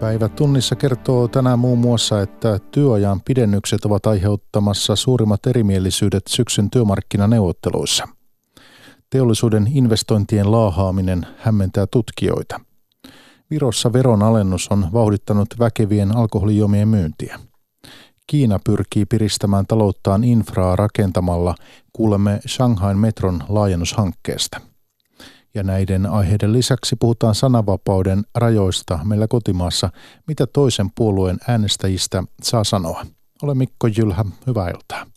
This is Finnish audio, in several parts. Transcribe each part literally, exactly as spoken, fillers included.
Päivä tunnissa kertoo tänään muun muassa, että työajan pidennykset ovat aiheuttamassa suurimmat erimielisyydet syksyn työmarkkinaneuvotteluissa. Teollisuuden investointien laahaaminen hämmentää tutkijoita. Virossa veronalennus on vauhdittanut väkevien alkoholijuomien myyntiä. Kiina pyrkii piristämään talouttaan infraa rakentamalla, kuulemme Shanghain metron laajennushankkeesta. Ja näiden aiheiden lisäksi puhutaan sananvapauden rajoista meillä kotimaassa, mitä toisen puolueen äänestäjistä saa sanoa. Olen Mikko Jylhä, hyvää iltaa.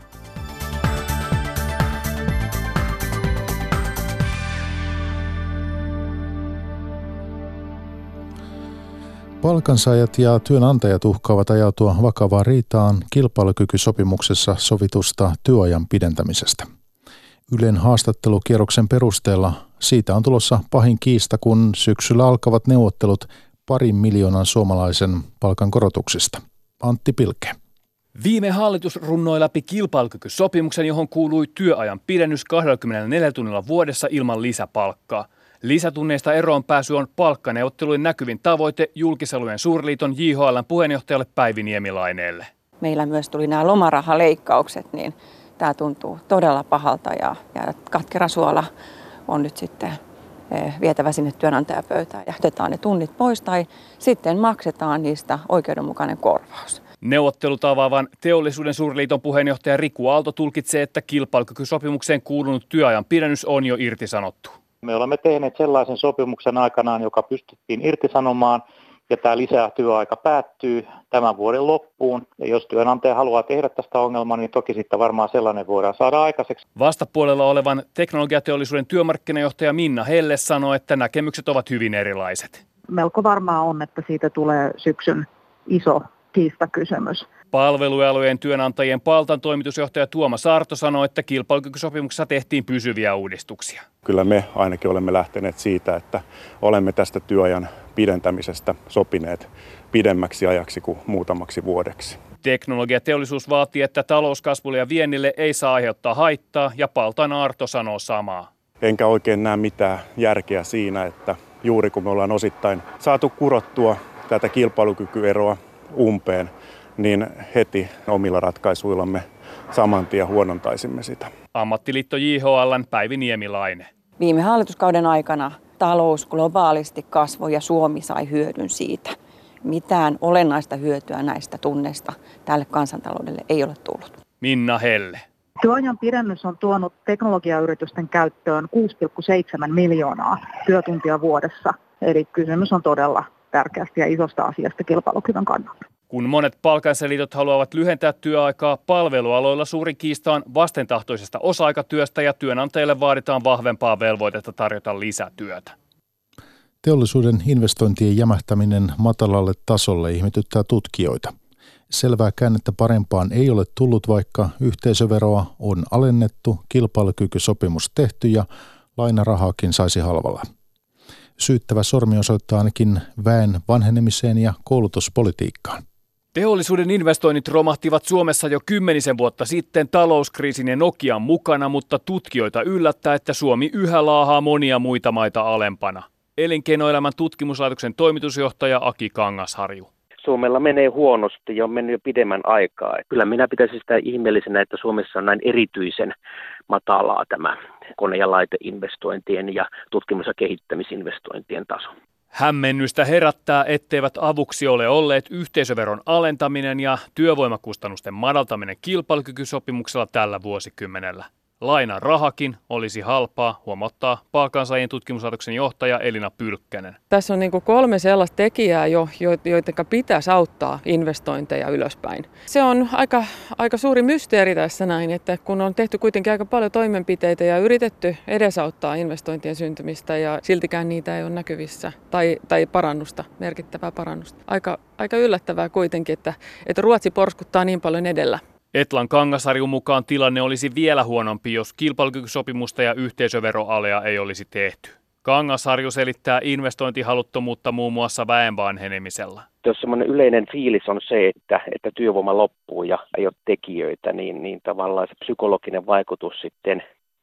Palkansaajat ja työnantajat uhkaavat ajautua vakavaan riitaan kilpailukykysopimuksessa sovitusta työajan pidentämisestä. Ylen haastattelukierroksen perusteella siitä on tulossa pahin kiista, kun syksyllä alkavat neuvottelut parin miljoonan suomalaisen palkankorotuksista. Antti Pilke. Viime hallitus runnoi läpi kilpailukykysopimuksen, johon kuului työajan pidennys kaksikymmentäneljä tunnilla vuodessa ilman lisäpalkkaa. Lisätunneista eroon pääsy on palkkaneuvottelujen näkyvin tavoite julkisalueen suurliiton J H L:n puheenjohtajalle Päivi Niemilaineelle. Meillä myös tuli nämä lomarahaleikkaukset, niin tämä tuntuu todella pahalta ja, ja katkera suola on nyt sitten vietävä sinne työnantajapöytään ja otetaan ne tunnit pois tai sitten maksetaan niistä oikeudenmukainen korvaus. Neuvottelut avaavan teollisuuden suurliiton puheenjohtaja Riku Aalto tulkitsee, että kilpailukykysopimukseen kuulunut työajan pidennys on jo irtisanottu. Me olemme tehneet sellaisen sopimuksen aikanaan, joka pystyttiin irtisanomaan, ja tämä lisää työaika päättyy tämän vuoden loppuun. Ja jos työnantaja haluaa tehdä tästä ongelmaa, niin toki sitten varmaan sellainen voidaan saada aikaiseksi. Vastapuolella olevan teknologiateollisuuden työmarkkinajohtaja Minna Helle sanoo, että näkemykset ovat hyvin erilaiset. Melko varmaa on, että siitä tulee syksyn iso kiistakysymys. Palvelualojen työnantajien Paltan toimitusjohtaja Tuomas Saarto sanoi, että kilpailukykysopimuksessa tehtiin pysyviä uudistuksia. Kyllä me ainakin olemme lähteneet siitä, että olemme tästä työajan pidentämisestä sopineet pidemmäksi ajaksi kuin muutamaksi vuodeksi. Teknologiateollisuus vaatii, että talouskasvulle ja viennille ei saa aiheuttaa haittaa, ja Paltan Arto sanoo samaa. Enkä oikein näe mitään järkeä siinä, että juuri kun me ollaan osittain saatu kurottua tätä kilpailukykyeroa umpeen, niin heti omilla ratkaisuillamme saman tien huonontaisimme sitä. Ammattiliitto J H L:n Päivi Niemilaine. Viime hallituskauden aikana talous globaalisti kasvoi ja Suomi sai hyödyn siitä. Mitään olennaista hyötyä näistä tunneista tälle kansantaloudelle ei ole tullut. Minna Helle. Työajan pidennys on tuonut teknologiayritysten käyttöön kuusi pilkku seitsemän miljoonaa työtuntia vuodessa. Eli kysymys on todella tärkeästä ja isosta asiasta kilpailukyvyn kannalta. Kun monet palkansaajaliitot haluavat lyhentää työaikaa, palvelualoilla suurin kiista on vastentahtoisesta osa-aikatyöstä ja työnantajille vaaditaan vahvempaa velvoitetta tarjota lisätyötä. Teollisuuden investointien jämähtäminen matalalle tasolle ihmetyttää tutkijoita. Selvää käännettä parempaan ei ole tullut, vaikka yhteisöveroa on alennettu, kilpailukykysopimus tehty ja lainarahaakin saisi halvalla. Syyttävä sormi osoittaa ainakin väen vanhenemiseen ja koulutuspolitiikkaan. Teollisuuden investoinnit romahtivat Suomessa jo kymmenisen vuotta sitten talouskriisin ja Nokian mukana, mutta tutkijoita yllättää, että Suomi yhä laahaa monia muita maita alempana. Elinkeinoelämän tutkimuslaitoksen toimitusjohtaja Aki Kangasharju. Suomella menee huonosti ja on mennyt jo pidemmän aikaa. Kyllä minä pitäisin sitä ihmeellisenä, että Suomessa on näin erityisen matalaa tämä kone- ja laiteinvestointien ja tutkimus- ja kehittämisinvestointien taso. Hämmennystä herättää, etteivät avuksi ole olleet yhteisöveron alentaminen ja työvoimakustannusten madaltaminen kilpailukykysopimuksella tällä vuosikymmenellä. Lainan rahakin olisi halpaa, huomauttaa palkansaajien tutkimuslaitoksen johtaja Elina Pylkkänen. Tässä on niin kuin kolme sellaista tekijää, jo, joiden pitäisi auttaa investointeja ylöspäin. Se on aika, aika suuri mysteeri tässä näin, että kun on tehty kuitenkin aika paljon toimenpiteitä ja yritetty edesauttaa investointien syntymistä ja siltikään niitä ei ole näkyvissä tai, tai parannusta, merkittävää parannusta. Aika, aika yllättävää kuitenkin, että, että Ruotsi porskuttaa niin paljon edellä. Etlan Kangasharjun mukaan tilanne olisi vielä huonompi, jos kilpailukykysopimusta ja yhteisöveroalea ei olisi tehty. Kangasharju selittää investointihaluttomuutta muun muassa väen vanhenemisella. Jos semmoinen yleinen fiilis on se, että, että työvoima loppuu ja ei ole tekijöitä, niin, niin tavallaan se psykologinen vaikutus sitten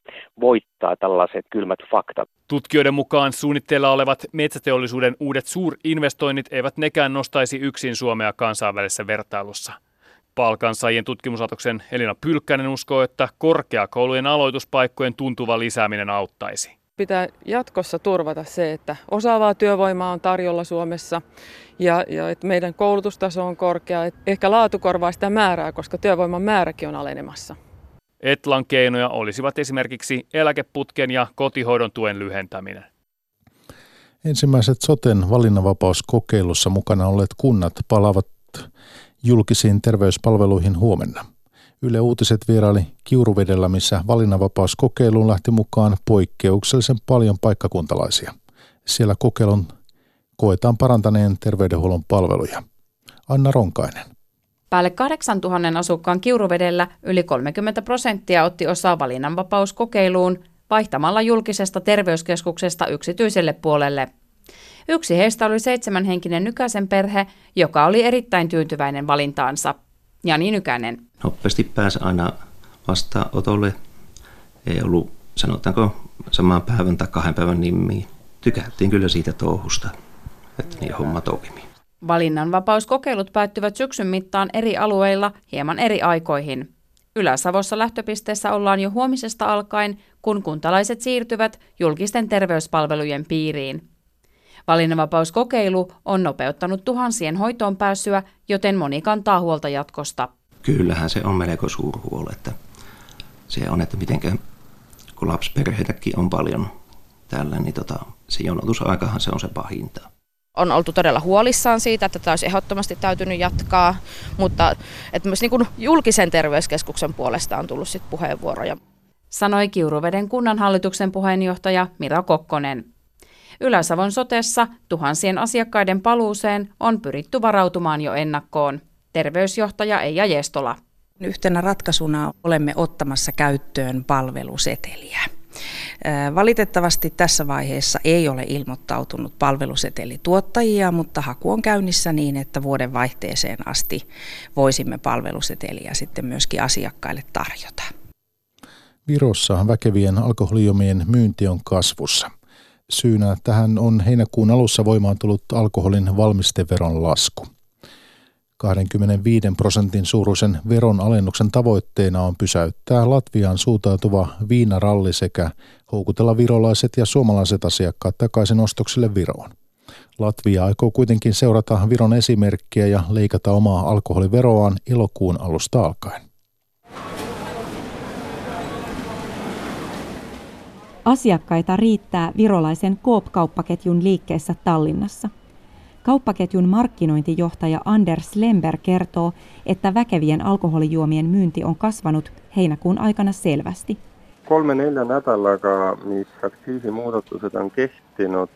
voittaa tällaiset kylmät faktat. Tutkijoiden mukaan suunnitteilla olevat metsäteollisuuden uudet suurinvestoinnit eivät nekään nostaisi yksin Suomea kansainvälisessä vertailussa. Palkansaajien tutkimuslaitoksen Elina Pylkkänen uskoo, että korkeakoulujen aloituspaikkojen tuntuva lisääminen auttaisi. Pitää jatkossa turvata se, että osaavaa työvoimaa on tarjolla Suomessa ja, ja että meidän koulutustaso on korkea. Että ehkä laatu korvaa sitä määrää, koska työvoiman määräkin on alenemassa. Etlan keinoja olisivat esimerkiksi eläkeputken ja kotihoidon tuen lyhentäminen. Ensimmäiset soten valinnanvapauskokeilussa mukana olleet kunnat palaavat julkisiin terveyspalveluihin huomenna. Yle Uutiset vieraili Kiuruvedellä, missä valinnanvapauskokeiluun lähti mukaan poikkeuksellisen paljon paikkakuntalaisia. Siellä kokeilun koetaan parantaneen terveydenhuollon palveluja. Anna Ronkainen. Päälle kahdeksantuhannen asukkaan Kiuruvedellä yli kolmekymmentä prosenttia otti osaa valinnanvapauskokeiluun vaihtamalla julkisesta terveyskeskuksesta yksityiselle puolelle. Yksi heistä oli seitsemänhenkinen Nykäsen perhe, joka oli erittäin tyytyväinen valintaansa. Jani Nykänen. Nopeasti pääsi aina vastaanotolle. Ei ollut, sanotaanko, saman päivän tai kahden päivän nimiä. Tykättiin kyllä siitä touhusta, että niin homma toimi. Valinnanvapauskokeilut päättyvät syksyn mittaan eri alueilla hieman eri aikoihin. Ylä-Savossa lähtöpisteessä ollaan jo huomisesta alkaen, kun kuntalaiset siirtyvät julkisten terveyspalvelujen piiriin. Valinnanvapauskokeilu on nopeuttanut tuhansien hoitoon pääsyä, joten moni kantaa huolta jatkosta. Kyllähän se on melko suuri huoli, että se on, että mitenkä, kun lapsiperheitäkin on paljon täällä, niin tota, se jonotusaikahan se on se pahinta. On oltu todella huolissaan siitä, että tämä olisi ehdottomasti täytynyt jatkaa, mutta että myös niin kuin julkisen terveyskeskuksen puolesta on tullut sit puheenvuoroja. Sanoi Kiuruveden kunnanhallituksen puheenjohtaja Mira Kokkonen. Ylä-Savon sotessa tuhansien asiakkaiden paluuseen on pyritty varautumaan jo ennakkoon. Terveysjohtaja Eija Jestola. Yhtenä ratkaisuna olemme ottamassa käyttöön palveluseteliä. Valitettavasti tässä vaiheessa ei ole ilmoittautunut palvelusetelituottajia, mutta haku on käynnissä niin, että vuoden vaihteeseen asti voisimme palveluseteliä sitten myöskin asiakkaille tarjota. Virossa väkevien alkoholijuomien myynti on kasvussa. Syynä tähän on heinäkuun alussa voimaan tullut alkoholin valmisteveron lasku. kaksikymmentäviisi prosentin suuruisen veron alennuksen tavoitteena on pysäyttää Latviaan suuntautuva viinaralli sekä houkutella virolaiset ja suomalaiset asiakkaat takaisin ostoksille Viroon. Latvia aikoo kuitenkin seurata Viron esimerkkiä ja leikata omaa alkoholiveroaan elokuun alusta alkaen. Asiakkaita riittää virolaisen Coop-kauppaketjun liikkeessä Tallinnassa. Kauppaketjun markkinointijohtaja Anders Lember kertoo, että väkevien alkoholijuomien myynti on kasvanut heinäkuun aikana selvästi. Kolme neljä nädalaga, missä aktiivimuudatukset on kehtinyt,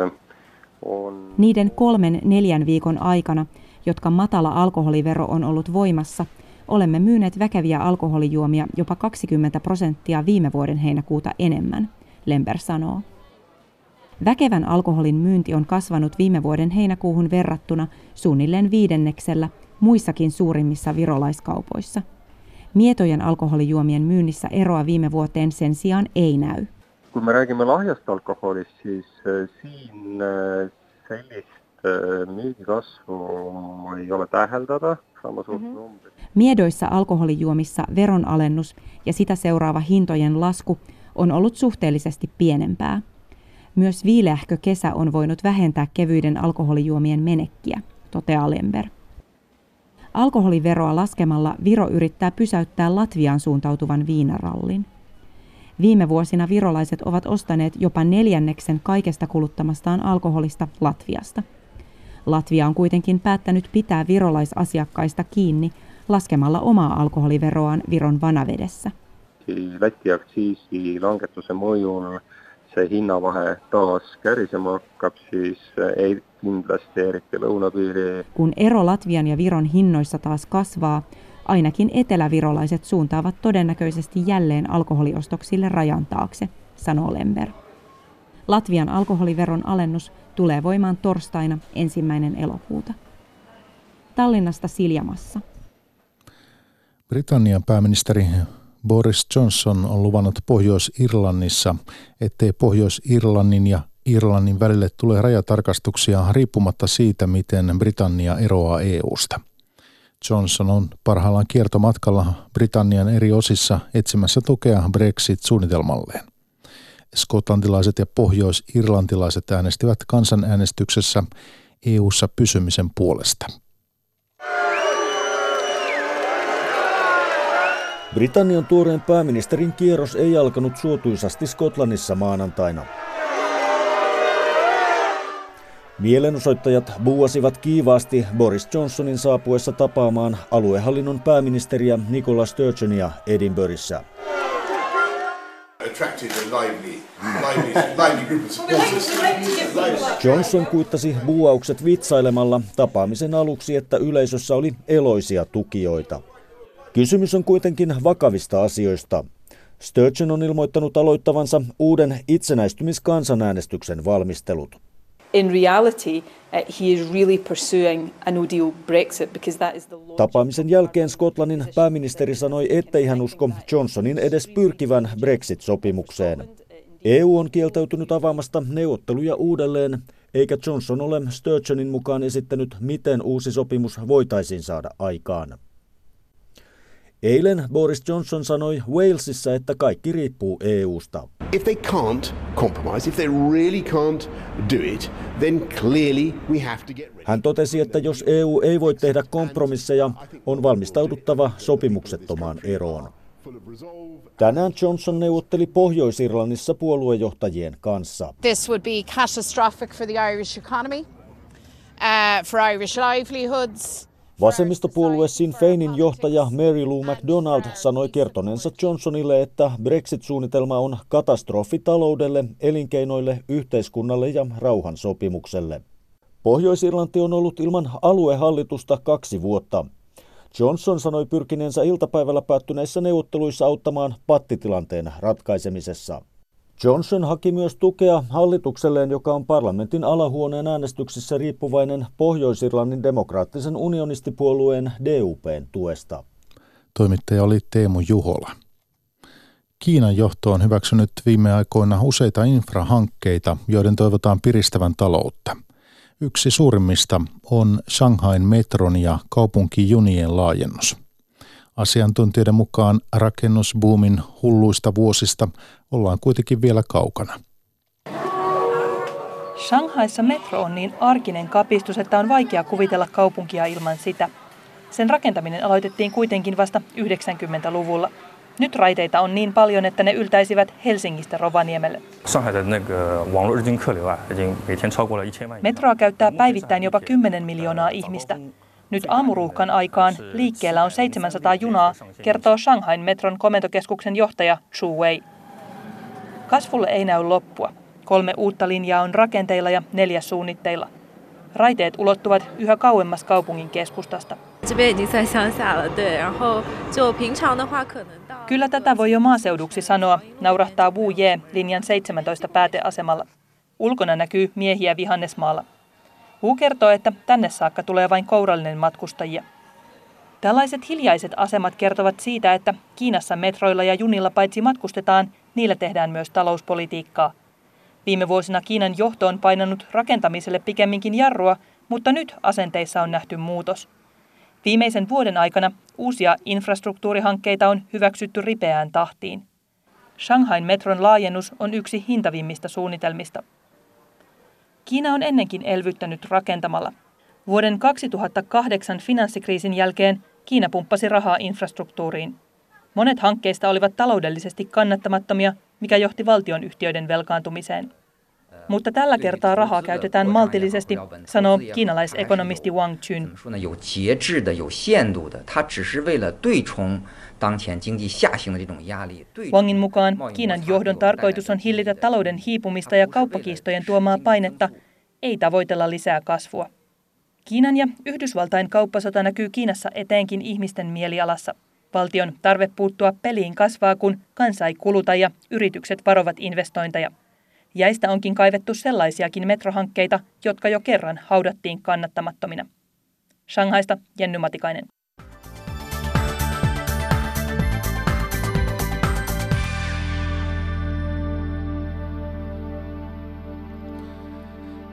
on... Niiden kolmen neljän viikon aikana, jotka matala alkoholivero on ollut voimassa, olemme myyneet väkeviä alkoholijuomia jopa kaksikymmentä prosenttia viime vuoden heinäkuuta enemmän, Lember sanoo. Väkevän alkoholin myynti on kasvanut viime vuoden heinäkuuhun verrattuna suunnilleen viidenneksellä muissakin suurimmissa virolaiskaupoissa. Mietojen alkoholijuomien myynnissä eroa viime vuoteen sen sijaan ei näy. Kun me räägime lahjasta alkoholista, siis siinä sellistä myyntikasvua ei ole täheldada. Mm-hmm. Miedoissa alkoholijuomissa veronalennus ja sitä seuraava hintojen lasku on ollut suhteellisesti pienempää. Myös viileähkö kesä on voinut vähentää kevyiden alkoholijuomien menekkiä, toteaa Lember. Alkoholiveroa laskemalla Viro yrittää pysäyttää Latviaan suuntautuvan viinarallin. Viime vuosina virolaiset ovat ostaneet jopa neljänneksen kaikesta kuluttamastaan alkoholista Latviasta. Latvia on kuitenkin päättänyt pitää virolaisasiakkaista kiinni laskemalla omaa alkoholiveroaan Viron vanavedessä. Läti aktsiisi langetuse mõjul se hinnavahe taas kärisema hakkab, siis ei kindlasti eriti lõunapiiri. Kun ero Latvian ja Viron hinnoissa taas kasvaa, ainakin etelävirolaiset suuntaavat todennäköisesti jälleen alkoholiostoksille rajan taakse, sanoo Lember. Latvian alkoholiveron alennus tulee voimaan torstaina ensimmäinen elokuuta. Tallinnasta Siljamassa. Britannian pääministeri Boris Johnson on luvannut Pohjois-Irlannissa, ettei Pohjois-Irlannin ja Irlannin välille tule rajatarkastuksia riippumatta siitä, miten Britannia eroaa E U:sta. Johnson on parhaillaan kiertomatkalla Britannian eri osissa etsimässä tukea Brexit-suunnitelmalleen. Skotlantilaiset ja pohjois-irlantilaiset äänestivät kansanäänestyksessä E U:ssa pysymisen puolesta. Britannian tuoreen pääministerin kierros ei alkanut suotuisasti Skotlannissa maanantaina. Mielenosoittajat buuasivat kiivaasti Boris Johnsonin saapuessa tapaamaan aluehallinnon pääministeriä Nicola Sturgeonia Edinburghissa. Johnson kuittasi buuaukset vitsailemalla tapaamisen aluksi, että yleisössä oli eloisia tukijoita. Kysymys on kuitenkin vakavista asioista. Sturgeon on ilmoittanut aloittavansa uuden itsenäistymiskansanäänestyksen valmistelut. In reality, uh, he is really pursuing a no deal Brexit because that is the law. Tapaamisen jälkeen Skotlannin pääministeri sanoi, ettei hän usko Johnsonin edes pyrkivän Brexit-sopimukseen. E U on kieltäytynyt avaamasta neuvotteluja uudelleen, eikä Johnson ole Sturgeonin mukaan esittänyt, miten uusi sopimus voitaisiin saada aikaan. Eilen Boris Johnson sanoi Walesissa, että kaikki riippuu E U:sta. If they can't compromise, if they really can't do it, then clearly we have to get ready. Hän totesi, että jos E U ei voi tehdä kompromisseja, on valmistauduttava sopimuksettomaan eroon. Tänään Johnson neuvotteli Pohjois-Irlannissa puoluejohtajien kanssa. This would be catastrophic for the Irish economy, uh, for Irish livelihoods. Vasemmistopuolue Sinn Féinin johtaja Mary Lou McDonald sanoi kertoneensa Johnsonille, että Brexit-suunnitelma on katastrofi taloudelle, elinkeinoille, yhteiskunnalle ja rauhansopimukselle. Pohjois-Irlanti on ollut ilman aluehallitusta kaksi vuotta. Johnson sanoi pyrkineensä iltapäivällä päättyneissä neuvotteluissa auttamaan pattitilanteen ratkaisemisessa. Johnson haki myös tukea hallitukselleen, joka on parlamentin alahuoneen äänestyksissä riippuvainen Pohjois-Irlannin demokraattisen unionistipuolueen D U P:n tuesta. Toimittaja oli Teemu Juhola. Kiinan johto on hyväksynyt viime aikoina useita infrahankkeita, joiden toivotaan piristävän taloutta. Yksi suurimmista on Shanghain metron ja kaupunkijunien laajennus. Asiantuntijoiden mukaan rakennusbuumin hulluista vuosista ollaan kuitenkin vielä kaukana. Shanghaissa metro on niin arkinen kapistus, että on vaikea kuvitella kaupunkia ilman sitä. Sen rakentaminen aloitettiin kuitenkin vasta yhdeksänkymmentäluvulla. Nyt raiteita on niin paljon, että ne yltäisivät Helsingistä Rovaniemelle. Metroa käyttää päivittäin jopa kymmenen miljoonaa ihmistä. Nyt aamuruuhkan aikaan liikkeellä on seitsemänsataa junaa, kertoo Shanghain metron komentokeskuksen johtaja Chu Wei. Kasvulle ei näy loppua. Kolme uutta linjaa on rakenteilla ja neljä suunnitteilla. Raiteet ulottuvat yhä kauemmas kaupungin keskustasta. Kyllä tätä voi jo maaseuduksi sanoa, naurahtaa Wu Ye linjan seitsemäntoista pääteasemalla. Ulkona näkyy miehiä vihannesmaalla. Wu kertoo, että tänne saakka tulee vain kourallinen matkustajia. Tällaiset hiljaiset asemat kertovat siitä, että Kiinassa metroilla ja junilla paitsi matkustetaan, niillä tehdään myös talouspolitiikkaa. Viime vuosina Kiinan johto on painanut rakentamiselle pikemminkin jarrua, mutta nyt asenteissa on nähty muutos. Viimeisen vuoden aikana uusia infrastruktuurihankkeita on hyväksytty ripeään tahtiin. Shanghain metron laajennus on yksi hintavimmista suunnitelmista. Kiina on ennenkin elvyttänyt rakentamalla. Vuoden kaksituhattakahdeksan finanssikriisin jälkeen Kiina pumppasi rahaa infrastruktuuriin. Monet hankkeista olivat taloudellisesti kannattamattomia, mikä johti valtionyhtiöiden velkaantumiseen. Mutta tällä kertaa rahaa käytetään maltillisesti, sanoo kiinalaisekonomisti Wang Chun. Wangin mukaan Kiinan johdon tarkoitus on hillitä talouden hiipumista ja kauppakiistojen tuomaa painetta, ei tavoitella lisää kasvua. Kiinan ja Yhdysvaltain kauppasota näkyy Kiinassa eteenkin ihmisten mielialassa. Valtion tarve puuttua peliin kasvaa, kun kansa ei kuluta ja yritykset varovat investointeja. Jäistä onkin kaivettu sellaisiakin metrohankkeita, jotka jo kerran haudattiin kannattamattomina. Shanghaista Jenny Matikainen.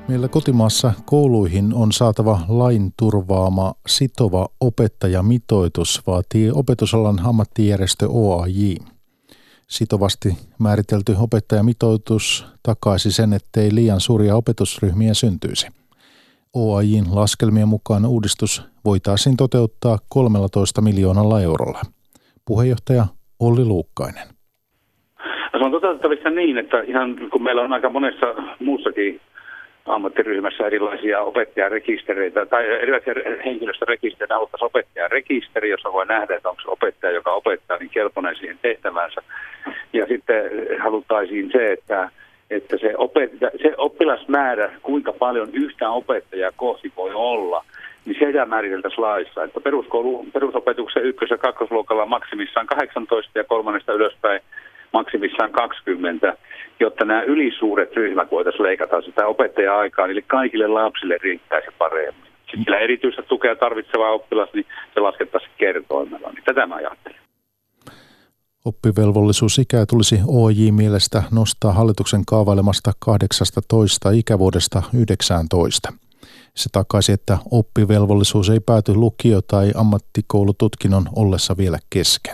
Meillä kotimaassa kouluihin on saatava lain turvaama sitova opettajamitoitus, vaatii opetusalan ammattijärjestö O A J. Sitovasti määritelty opettajamitoitus takaisi sen, ettei liian suuria opetusryhmiä syntyisi. O A J:n laskelmien mukaan uudistus voitaisiin toteuttaa kolmellatoista miljoonalla eurolla. Puheenjohtaja Olli Luukkainen. Se on toteutettavissa niin, että ihan kun meillä on aika monessa muussakin ammattiryhmässä erilaisia opettajarekistereitä tai erilaisia henkilöstörekistereitä, haluttaisiin opettajarekisteri, jossa voi nähdä, että onko se opettaja, joka opettaa, niin kelpoinen siihen tehtävänsä. Ja sitten haluttaisiin se, että, että se, opet- se oppilasmäärä, kuinka paljon yhtään opettajaa kohti voi olla, niin se määriteltäisiin laissa, että peruskoulu, perusopetuksen ykkös- ja kakkosluokalla maksimissaan kahdeksantoista ja kolmannesta ylöspäin maksimissaan kaksikymmentä, jotta nämä ylisuuret ryhmät voitaisiin leikata sitä opettaja-aikaa, eli kaikille lapsille riittäisi paremmin. Sitten sillä erityistä tukea tarvitseva oppilas, niin se laskettaisiin kertoimella. Niin tätä mä ajattelen. Oppivelvollisuusikää tulisi O J mielestä nostaa hallituksen kaavailemasta kahdeksastatoista ikävuodesta yhdeksääntoista. Se takaisi, että oppivelvollisuus ei pääty lukio- tai ammattikoulututkinnon ollessa vielä kesken.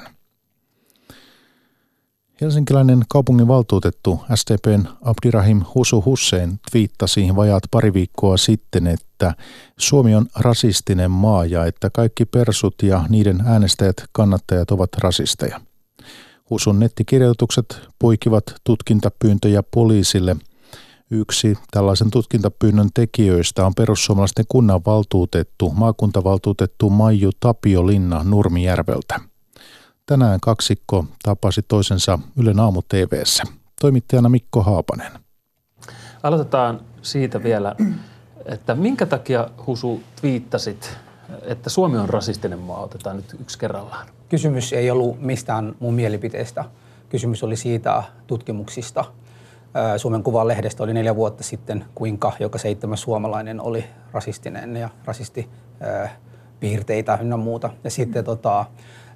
Helsinkiläinen kaupunginvaltuutettu S D P:n Abdirahim Husu Hussein twiittasi vajaat pari viikkoa sitten, että Suomi on rasistinen maa ja että kaikki persut ja niiden äänestäjät kannattajat ovat rasisteja. Husun nettikirjoitukset poikivat tutkintapyyntöjä poliisille. Yksi tällaisen tutkintapyynnön tekijöistä on perussuomalaisten kunnanvaltuutettu, maakuntavaltuutettu Maiju Tapiolinna Nurmijärveltä. Tänään kaksikko tapasi toisensa Ylen aamu T V:ssä. Toimittajana Mikko Haapanen. Aloitetaan siitä vielä, että minkä takia Husu twiittasit, että Suomi on rasistinen maa? Otetaan nyt yksi kerrallaan. Kysymys ei ollut mistään mun mielipiteestä. Kysymys oli siitä tutkimuksista. Suomen Kuvalehdestä oli neljä vuotta sitten, kuinka joka seitsemäs suomalainen oli rasistinen ja rasistipiirteitä ynnä muuta. Ja sitten tota,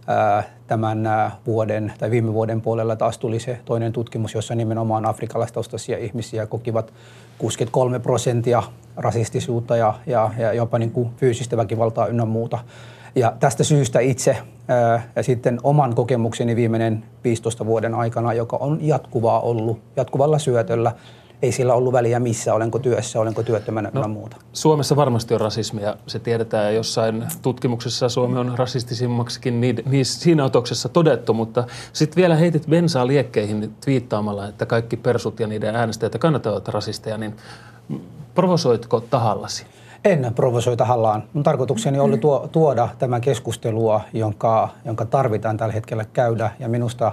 tämän vuoden tai viime vuoden puolella taas tuli se toinen tutkimus, jossa nimenomaan afrikkalaistaustaisia ihmisiä kokivat kuusikymmentäkolme prosenttia rasistisuutta ja, ja, ja jopa niin kuin fyysistä väkivaltaa ynnä muuta. Ja tästä syystä itse ää, ja sitten oman kokemukseni viimeinen viisitoista vuoden aikana, joka on jatkuvaa ollut, jatkuvalla syötöllä, ei sillä ollut väliä missä, olenko työssä, olenko työttömänä no, muuta. Suomessa varmasti on rasismia, se tiedetään ja jossain tutkimuksessa Suomi on rasistisimmaksikin niin, niin siinä otoksessa todettu, mutta sitten vielä heitit bensaa liekkeihin twiittaamalla, että kaikki persut ja niiden äänestäjät kannattavat rasisteja, niin provosoitko tahallasi? En provosoi tahallaan. Mun tarkoitukseni oli tuo, tuoda tämä keskustelua, jonka, jonka tarvitaan tällä hetkellä käydä ja minusta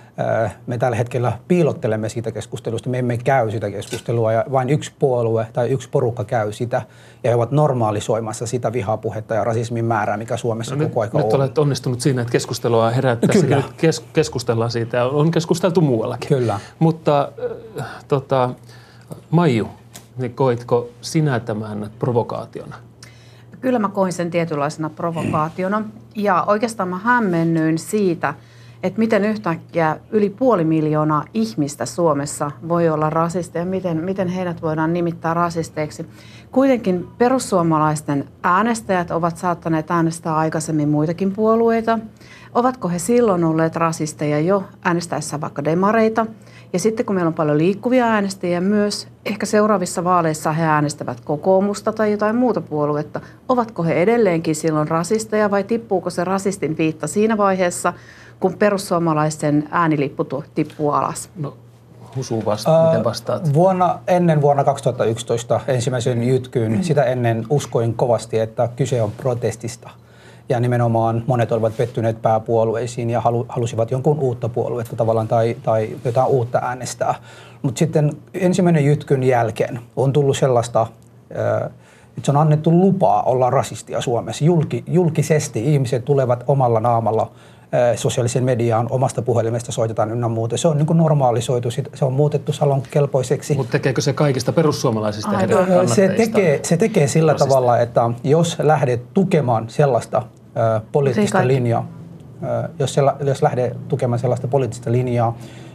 me tällä hetkellä piilottelemme siitä keskustelusta. Me emme käy sitä keskustelua ja vain yksi puolue tai yksi porukka käy sitä ja he ovat normalisoimassa sitä vihapuhetta ja rasismin määrää, mikä Suomessa no koko ajan on. Nyt olet onnistunut siinä, että keskustelua herättäisiin. Kyllä. Kes- keskustellaan siitä. On keskusteltu muuallakin. Kyllä. Mutta äh, tota, Maiju, niin koitko sinä tämän provokaationa? Kyllä mä koin sen tietynlaisena provokaationa ja oikeastaan mä hämmennyin siitä, että miten yhtäkkiä yli puoli miljoonaa ihmistä Suomessa voi olla rasisteja, miten, miten heidät voidaan nimittää rasisteiksi. Kuitenkin perussuomalaisten äänestäjät ovat saattaneet äänestää aikaisemmin muitakin puolueita. Ovatko he silloin olleet rasisteja jo äänestäessä vaikka demareita? Ja sitten kun meillä on paljon liikkuvia äänestäjiä myös, ehkä seuraavissa vaaleissa he äänestävät kokoomusta tai jotain muuta puoluetta. Ovatko he edelleenkin silloin rasisteja vai tippuuko se rasistin viitta siinä vaiheessa, kun perussuomalaisten äänilippu tippuu alas? No, Husu vasta, miten vastaat? Vuonna, ennen vuonna kaksituhattayksitoista ensimmäisen jytkyyn, mm. sitä ennen uskoin kovasti, että kyse on protestista. Ja nimenomaan monet olivat pettyneet pääpuolueisiin ja halu, halusivat jonkun uutta puoluetta tavallaan tai, tai jotain uutta äänestää. Mutta sitten ensimmäinen jytkyn jälkeen on tullut sellaista, että se on annettu lupaa olla rasistia Suomessa. Julki, julkisesti ihmiset tulevat omalla naamalla sosiaaliseen mediaan, omasta puhelimesta soitetaan ynnä muuta. Se on niin kuin normaalisoitu, se on muutettu salonkelpoiseksi. Mutta tekeekö se kaikista perussuomalaisista ja heidän kannattajista? Se tekee, se tekee sillä rasistia. Tavalla, että jos lähdet tukemaan sellaista äh, poliittista linjaa, äh, jos, sella, jos lähdet tukemaan sellaista poliittista linjaa,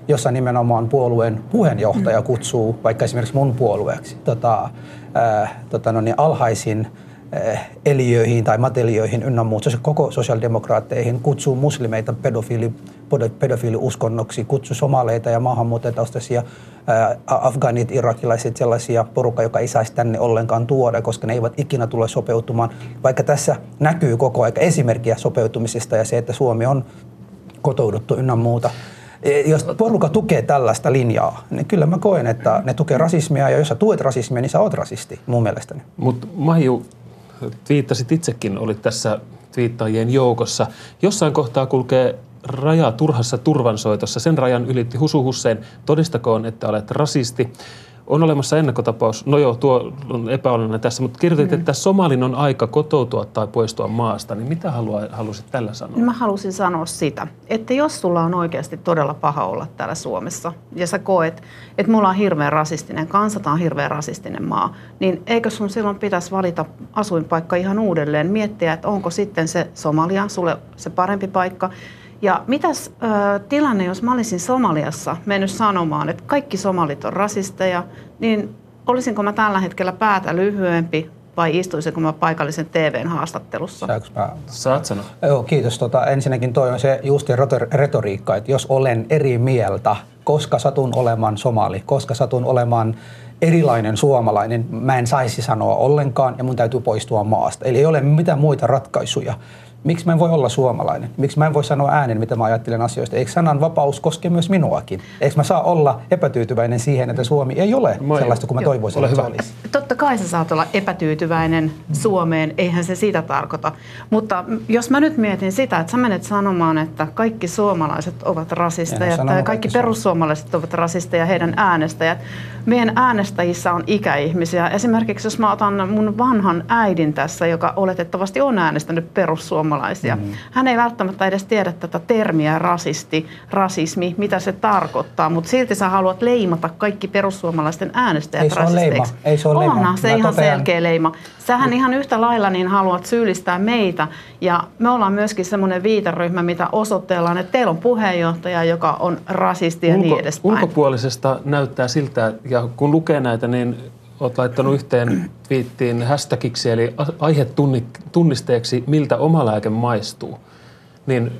jossa nimenomaan puolueen puheenjohtaja kutsuu vaikka esimerkiksi mun puolueeksi tota, äh, tota no niin, alhaisin äh, eliöihin tai matelioihin ynnä muut, koko sosiaalidemokraatteihin, kutsuu muslimeita pedofiili, pedofiiliuskonnoksi, kutsuu somaleita ja maahanmuuttajataustaisia äh, afgaanit, irakilaiset, sellaisia porukka, joka ei saisi tänne ollenkaan tuoda, koska ne eivät ikinä tule sopeutumaan. Vaikka tässä näkyy koko aika esimerkkiä sopeutumisesta ja se, että Suomi on kotouduttu ynnä muuta. Jos porukka tukee tällaista linjaa, niin kyllä mä koen, että ne tukee rasismia, ja jos sä tuet rasismia, niin sä oot rasisti, mun mielestäni. Mutta Maiju, twiittasit itsekin, olit tässä twiittaajien joukossa. Jossain kohtaa kulkee raja turhassa turvansoitossa. Sen rajan ylitti Husu Hussein. Todistakoon, että olet rasisti. On olemassa ennakkotapaus. No joo, tuo on epäolennainen tässä, mutta kirjoitit, mm. että somalin on aika kotoutua tai poistua maasta. Niin mitä halua, halusit tällä sanoa? Mä halusin sanoa sitä, että jos sulla on oikeasti todella paha olla täällä Suomessa ja sä koet, että mulla on hirveän rasistinen kansa, tää on hirveän rasistinen maa, niin eikö sun silloin pitäisi valita asuinpaikka ihan uudelleen, miettiä, että onko sitten se Somalia sulle se parempi paikka. Ja mitäs ö, tilanne, jos mä olisin Somaliassa mennyt sanomaan, että kaikki somalit on rasisteja, niin olisinko mä tällä hetkellä päätä lyhyempi vai istuisinko mä paikallisen T V:n haastattelussa? Saanko mä? Saat sanoa. Joo, kiitos. Tota, ensinnäkin toi on se juuri retoriikka, että jos olen eri mieltä, koska satun olemaan somali, koska satun olemaan erilainen suomalainen, mä en saisi sanoa ollenkaan ja mun täytyy poistua maasta. Eli ei ole mitään muita ratkaisuja. Miksi mä en voi olla suomalainen? Miksi mä en voi sanoa äänen, mitä mä ajattelen asioista? Eikö sananvapaus koske myös minuakin? Eikö mä saa olla epätyytyväinen siihen, että Suomi ei ole Moi. sellaista kuin mä toivoisin, että se olisi? Totta kai sä saat olla epätyytyväinen Suomeen, eihän se sitä tarkoita. Mutta jos mä nyt mietin sitä, että sä menet sanomaan, että kaikki suomalaiset ovat rasisteja, tai kaikki, kaikki perussuomalaiset ovat rasisteja, heidän äänestäjät. Meidän äänestäjissä on ikäihmisiä. Esimerkiksi jos mä otan mun vanhan äidin tässä, joka oletettavasti on äänestänyt perussuomalaisia, Mm. hän ei välttämättä edes tiedä tätä termiä rasisti, rasismi, mitä se tarkoittaa, mutta silti sä haluat leimata kaikki perussuomalaisten äänestäjät rasisteiksi. Ei se ole leima. Onhan se Mä ihan totean. selkeä leima. Sähän ihan yhtä lailla niin haluat syyllistää meitä ja me ollaan myöskin semmoinen viiteryhmä, mitä osoitellaan, että teillä on puheenjohtaja, joka on rasisti ja Ulko, niin edespäin. Ulkopuolisesta näyttää siltä, ja kun lukee näitä, niin olet laittanut yhteen twiittiin hashtagiksi, eli aihetunnisteeksi, miltä oma lääke maistuu. Niin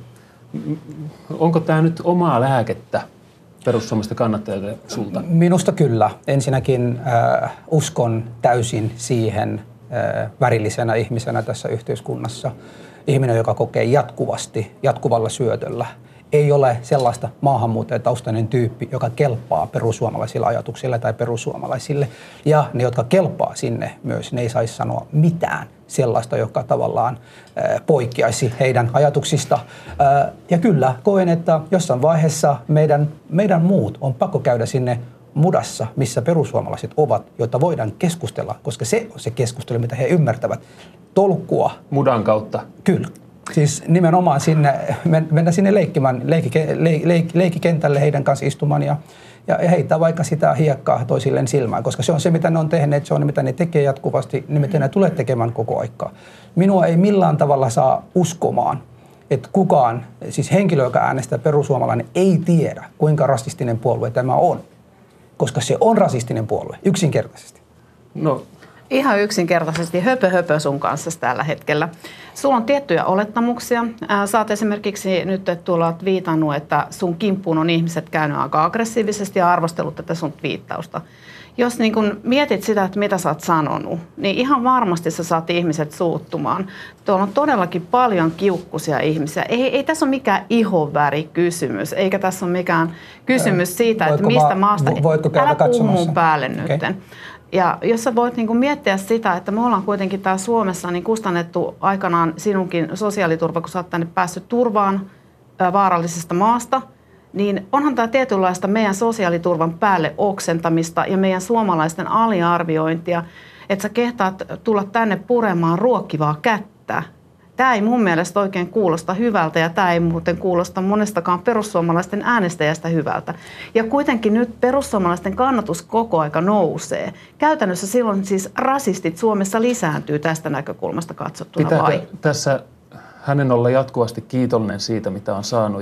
onko tämä nyt omaa lääkettä perussuomalaisten kannattajille sulta? Minusta kyllä. Ensinnäkin äh, uskon täysin siihen äh, värillisenä ihmisenä tässä yhteiskunnassa. Ihminen, joka kokee jatkuvasti, jatkuvalla syötöllä. Ei ole sellaista maahanmuuttajataustainen tyyppi, joka kelpaa perussuomalaisilla ajatuksilla tai perussuomalaisille. Ja ne, jotka kelpaa sinne myös, ne ei saisi sanoa mitään sellaista, joka tavallaan äh, poikkeaisi heidän ajatuksista. Äh, ja kyllä, koen, että jossain vaiheessa meidän, meidän muut on pakko käydä sinne mudassa, missä perussuomalaiset ovat, jotta voidaan keskustella, koska se on se keskustelu, mitä he ymmärtävät. Tolkkua. Mudan kautta. Kyllä. Siis nimenomaan sinne, mennä sinne leikkimään, leikkike, leik, leik, leikkikentälle heidän kanssa istumaan ja, ja heittää vaikka sitä hiekkaa toisilleen silmään, koska se on se, mitä ne on tehneet, se on mitä ne tekee jatkuvasti, niin mitä ne tulee tekemään koko aikaa. Minua ei millään tavalla saa uskomaan, että kukaan, siis henkilö, joka äänestää perussuomalainen, ei tiedä, kuinka rasistinen puolue tämä on, koska se on rasistinen puolue, yksinkertaisesti. No. Ihan yksinkertaisesti höpö höpö sun kanssa tällä hetkellä. Sulla on tiettyjä olettamuksia. Sä oot esimerkiksi nyt tuolla viitannut, että sun kimppuun on ihmiset käynyt aika aggressiivisesti ja arvostellut tätä sun twiittausta. Jos niin kun mietit sitä, että mitä sä oot sanonut, niin ihan varmasti sä saat ihmiset suuttumaan. Tuolla on todellakin paljon kiukkuisia ihmisiä. Ei, ei tässä ole mikään ihonvärikysymys, eikä tässä ole mikään kysymys siitä, voitko että mistä mä, maasta... Älä puhu mun päälle okay. nytten. Ja jos sä voit niin miettiä sitä, että me ollaan kuitenkin täällä Suomessa niin kustannettu aikanaan sinunkin sosiaaliturva, kun sä oot tänne päässyt turvaan ää, vaarallisesta maasta, niin onhan tämä tietynlaista meidän sosiaaliturvan päälle oksentamista ja meidän suomalaisten aliarviointia, että sä kehtaat tulla tänne puremaan ruokkivaa kättä. Tämä ei mun mielestä oikein kuulosta hyvältä ja tämä ei muuten kuulosta monestakaan perussuomalaisten äänestäjästä hyvältä. Ja kuitenkin nyt perussuomalaisten kannatus koko aika nousee. Käytännössä silloin siis rasistit Suomessa lisääntyy tästä näkökulmasta katsottuna. Pitääkö vai? Tässä hänen olla jatkuvasti kiitollinen siitä, mitä on saanut ja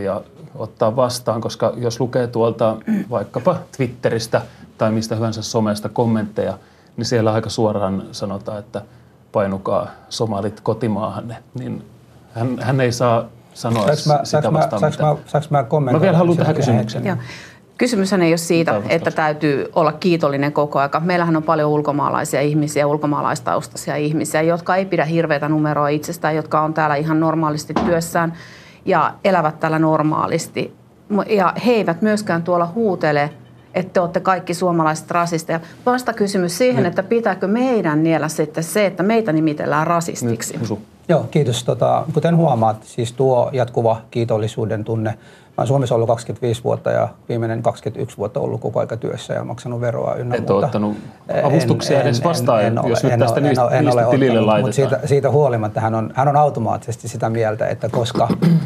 ottaa vastaan, koska jos lukee tuolta vaikkapa Twitteristä tai mistä hyvänsä somesta kommentteja, niin siellä aika suoraan sanotaan, että painukaa somalit kotimaahanne, niin hän, hän ei saa sanoa mä, sitä vastaan mä, mitään. Saanko mä, saanko mä kommentoida? Mä vielä haluan tähän kysymykseen. Joo. Kysymyshän ei ole siitä, että täytyy olla kiitollinen koko aika. Meillähän on paljon ulkomaalaisia ihmisiä, ulkomaalaistaustaisia ihmisiä, jotka ei pidä hirveätä numeroa itsestään, jotka on täällä ihan normaalisti työssään ja elävät täällä normaalisti. Ja he eivät myöskään tuolla huutele, että te olette kaikki suomalaiset rasisteja. Vasta kysymys siihen, että pitääkö meidän niellä sitten se, että meitä nimitellään rasistiksi. Nyt, Joo, kiitos. Tota, kuten huomaat, siis tuo jatkuva kiitollisuuden tunne. Mä olen Suomessa ollut kaksikymmentäviisi vuotta ja viimeinen kaksikymmentäyksi vuotta ollut koko aika työssä ja maksanut veroa ynnä et muuta. ole ottanut avustuksia en, edes vastaan, en, en, jos en, nyt tästä en, niistä, en, en niistä tilille ottanut, laitetaan. Mutta siitä, siitä huolimatta hän on, hän on automaattisesti sitä mieltä, että koska,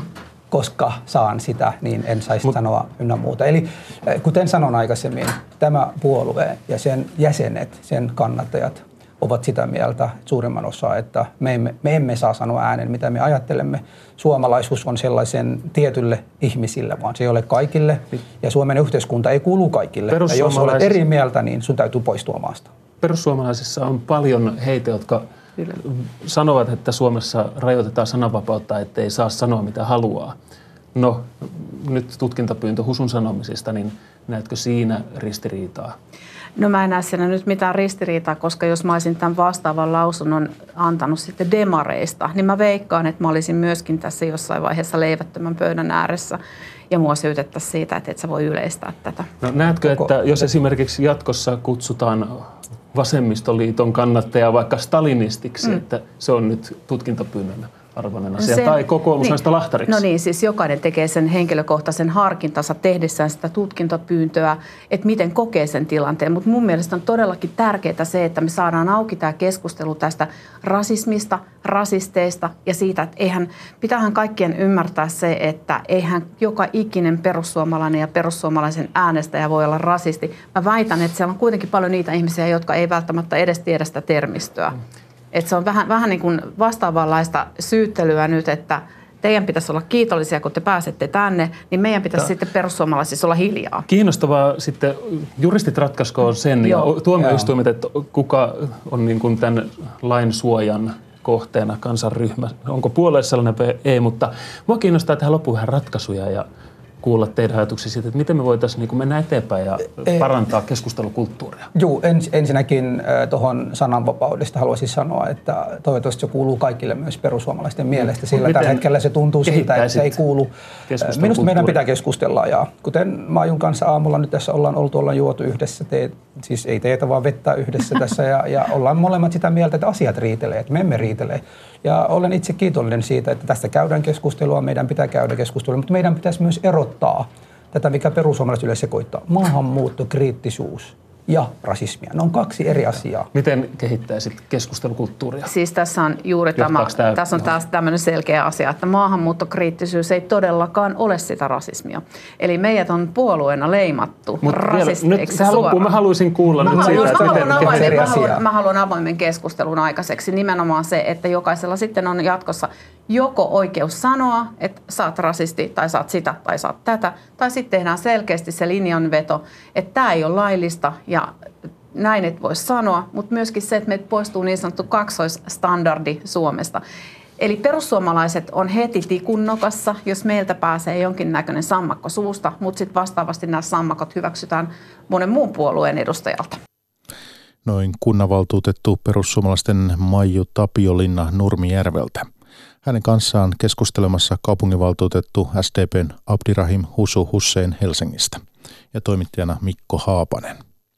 koska saan sitä, niin en saisi Mut, sanoa ynnä muuta. Eli kuten sanon aikaisemmin, tämä puolue ja sen jäsenet, sen kannattajat, ovat sitä mieltä suurimman osa, että me emme, me emme saa sanoa äänen, mitä me ajattelemme. Suomalaisuus on sellaisen tietylle ihmisille, vaan se ei ole kaikille. Ja Suomen yhteiskunta ei kuulu kaikille. Ja jos olet eri mieltä, niin sun täytyy poistua maasta. Perussuomalaisissa on paljon heitä, jotka Kyllä. sanovat, että Suomessa rajoitetaan sananvapautta, ettei saa sanoa mitä haluaa. No, nyt tutkintapyyntö Husun sanomisista, niin näetkö siinä ristiriitaa? No mä en näe siinä nyt mitään ristiriitaa, koska jos mä olisin tämän vastaavan lausunnon antanut sitten demareista, niin mä veikkaan, että mä olisin myöskin tässä jossain vaiheessa leivättömän pöydän ääressä ja mua syytettäisiin siitä, että et sä voi yleistää tätä. No näetkö, että jos esimerkiksi jatkossa kutsutaan vasemmistoliiton kannattajaa vaikka stalinistiksi, mm. että se on nyt tutkintapyynnön arvoinen asia, sen, tai kokoomuslaista niin, lahtariksi? No niin, siis jokainen tekee sen henkilökohtaisen harkintansa tehdessään sitä tutkintapyyntöä, että miten kokee sen tilanteen. Mutta mun mielestä on todellakin tärkeää se, että me saadaan auki tämä keskustelu tästä rasismista, rasisteista ja siitä, että eihän, pitäähän kaikkien ymmärtää se, että eihän joka ikinen perussuomalainen ja perussuomalaisen äänestäjä voi olla rasisti. Mä väitän, että siellä on kuitenkin paljon niitä ihmisiä, jotka ei välttämättä edes tiedä sitä termistöä. Mm. Että se on vähän, vähän niin kuin vastaavanlaista syyttelyä nyt, että teidän pitäisi olla kiitollisia, kun te pääsette tänne, niin meidän pitäisi ja. sitten perussuomalaisissa olla hiljaa. Kiinnostavaa sitten, juristit ratkaiskoon sen ja tuomioistuimet, että kuka on niin kuin tämän lain suojan kohteena kansanryhmä. Onko puolueessa sellainen? Ei, mutta minua kiinnostaa tähän loppuun vähän ratkaisuja ja kuulla teidän ajatuksia siitä, että miten me voitaisiin niin kuin mennä eteenpäin ja parantaa keskustelukulttuuria. Joo, ens, ensinnäkin äh, tuohon sananvapaudesta haluaisin sanoa, että toivottavasti se kuuluu kaikille myös perussuomalaisten mielestä, sillä tällä hetkellä se tuntuu siltä, että se ei kuulu. Minusta meidän pitää keskustella ja kuten Maijun kanssa aamulla nyt tässä ollaan oltu, ollaan juotu yhdessä, te, siis ei teetä vaan vettä yhdessä tässä ja, ja ollaan molemmat sitä mieltä, että asiat riitelee, että me emme riitele. Ja olen itse kiitollinen siitä, että tästä käydään keskustelua, meidän pitää käydä keskustelua, mutta meidän pitäisi myös erottaa tätä, mikä perussuomalaiset yleensä sekoittaa, maahanmuuttokriittisuus ja rasismia. Ne on kaksi eri asiaa. Miten kehittäisit keskustelukulttuuria? Siis tässä on juuri tämä, tässä on taas tämmöinen selkeä asia, että maahanmuuttokriittisyys ei todellakaan ole sitä rasismia. Eli meidät on puolueena leimattu rasisteiksi suoraan. Mä haluaisin kuulla mä nyt haluan, siitä, mä että haluan miten avoimen, mä, haluan, mä haluan avoimen keskustelun aikaiseksi. Nimenomaan se, että jokaisella sitten on jatkossa joko oikeus sanoa, että sä oot rasisti tai sä oot sitä tai sä oot tätä, tai sitten tehdään selkeästi se linjanveto, että tämä ei ole laillista ja näin et voi sanoa, mutta myöskin se, että meiltä poistuu niin sanottu kaksoisstandardi Suomesta. Eli perussuomalaiset on heti tikunnokassa, jos meiltä pääsee jonkinnäköinen sammakko suusta, mutta sitten vastaavasti nämä sammakot hyväksytään monen muun puolueen edustajalta. Noin kunnanvaltuutettu perussuomalaisten Maiju Tapiolinna Nurmijärveltä. Hänen kanssaan keskustelemassa kaupunginvaltuutettu S D P:n Abdirahim Husu Hussein Helsingistä ja toimittajana Mikko Haapanen.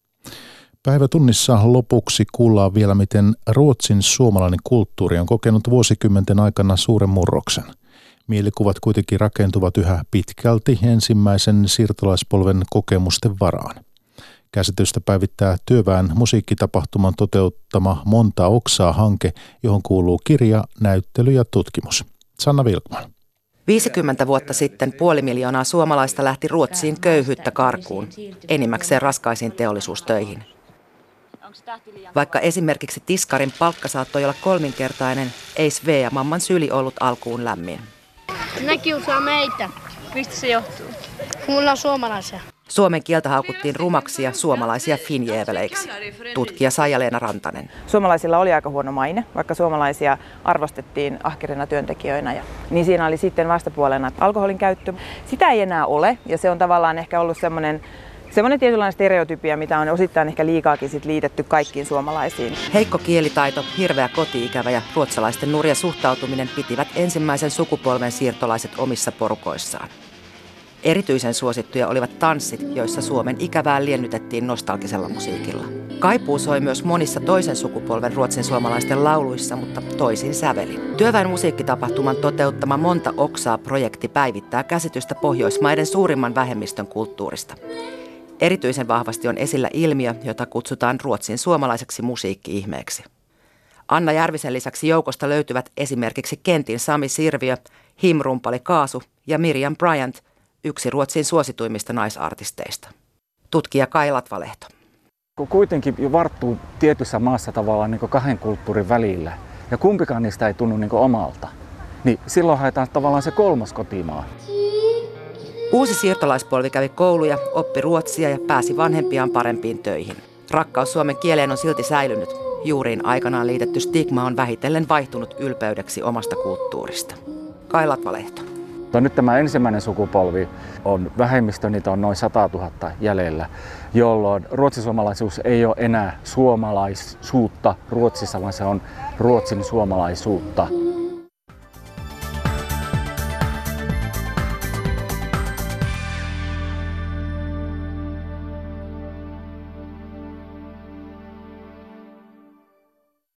Päivätunnissa lopuksi kuullaan vielä, miten Ruotsin suomalainen kulttuuri on kokenut vuosikymmenten aikana suuren murroksen. Mielikuvat kuitenkin rakentuvat yhä pitkälti ensimmäisen siirtolaispolven kokemusten varaan. Käsitystä päivittää Työväen musiikkitapahtuman toteuttama Monta oksaa -hanke, johon kuuluu kirja, näyttely ja tutkimus. Sanna Vilkman. viisikymmentä vuotta sitten puoli miljoonaa suomalaista lähti Ruotsiin köyhyyttä karkuun, enimmäkseen raskaisiin teollisuustöihin. Vaikka esimerkiksi tiskarin palkka saattoi olla kolminkertainen, ei Svea mamman syli ollut alkuun lämmin. Ne kiusaa meitä. Mistä se johtuu? Mulla on suomalaisia. Suomen kieltä haukuttiin rumaksi ja suomalaisia finjäveleiksi. Tutkija Saija-Leena Rantanen. Suomalaisilla oli aika huono maine, vaikka suomalaisia arvostettiin ahkerina työntekijöinä. Ja, niin siinä oli sitten vastapuolena alkoholin käyttö. Sitä ei enää ole ja se on tavallaan ehkä ollut semmoinen Semmoinen tietynlainen stereotypia, mitä on osittain ehkä liikaakin sit liitetty kaikkiin suomalaisiin. Heikko kielitaito, hirveä koti-ikävä ja ruotsalaisten nurja suhtautuminen pitivät ensimmäisen sukupolven siirtolaiset omissa porukoissaan. Erityisen suosittuja olivat tanssit, joissa Suomen ikävää liennytettiin nostalgisella musiikilla. Kaipuu soi myös monissa toisen sukupolven ruotsin suomalaisten lauluissa, mutta toisin sävelin. Työväen musiikkitapahtuman toteuttama Monta oksaa-projekti päivittää käsitystä Pohjoismaiden suurimman vähemmistön kulttuurista. Erityisen vahvasti on esillä ilmiö, jota kutsutaan ruotsin suomalaiseksi musiikki-ihmeeksi. Anna Järvisen lisäksi joukosta löytyvät esimerkiksi Kentin Sami Sirviö, himrumpali Kaasu ja Miriam Bryant, yksi Ruotsin suosituimmista naisartisteista. Tutkija Kai Latvalehto. Kun kuitenkin jo varttuu tietyssä maassa tavallaan niin kahden kulttuurin välillä ja kumpikaan niistä ei tunnu niin omalta, niin silloin haetaan tavallaan se kolmas kotimaa. Uusi siirtolaispolvi kävi kouluja, oppi ruotsia ja pääsi vanhempiaan parempiin töihin. Rakkaus suomen kieleen on silti säilynyt. Juuriin aikanaan liitetty stigma on vähitellen vaihtunut ylpeydeksi omasta kulttuurista. Kai Latvalehto. Nyt tämä ensimmäinen sukupolvi on vähemmistö, niitä on noin sata tuhatta jäljellä, jolloin ruotsisuomalaisuus ei ole enää suomalaisuutta Ruotsissa, vaan se on ruotsin suomalaisuutta.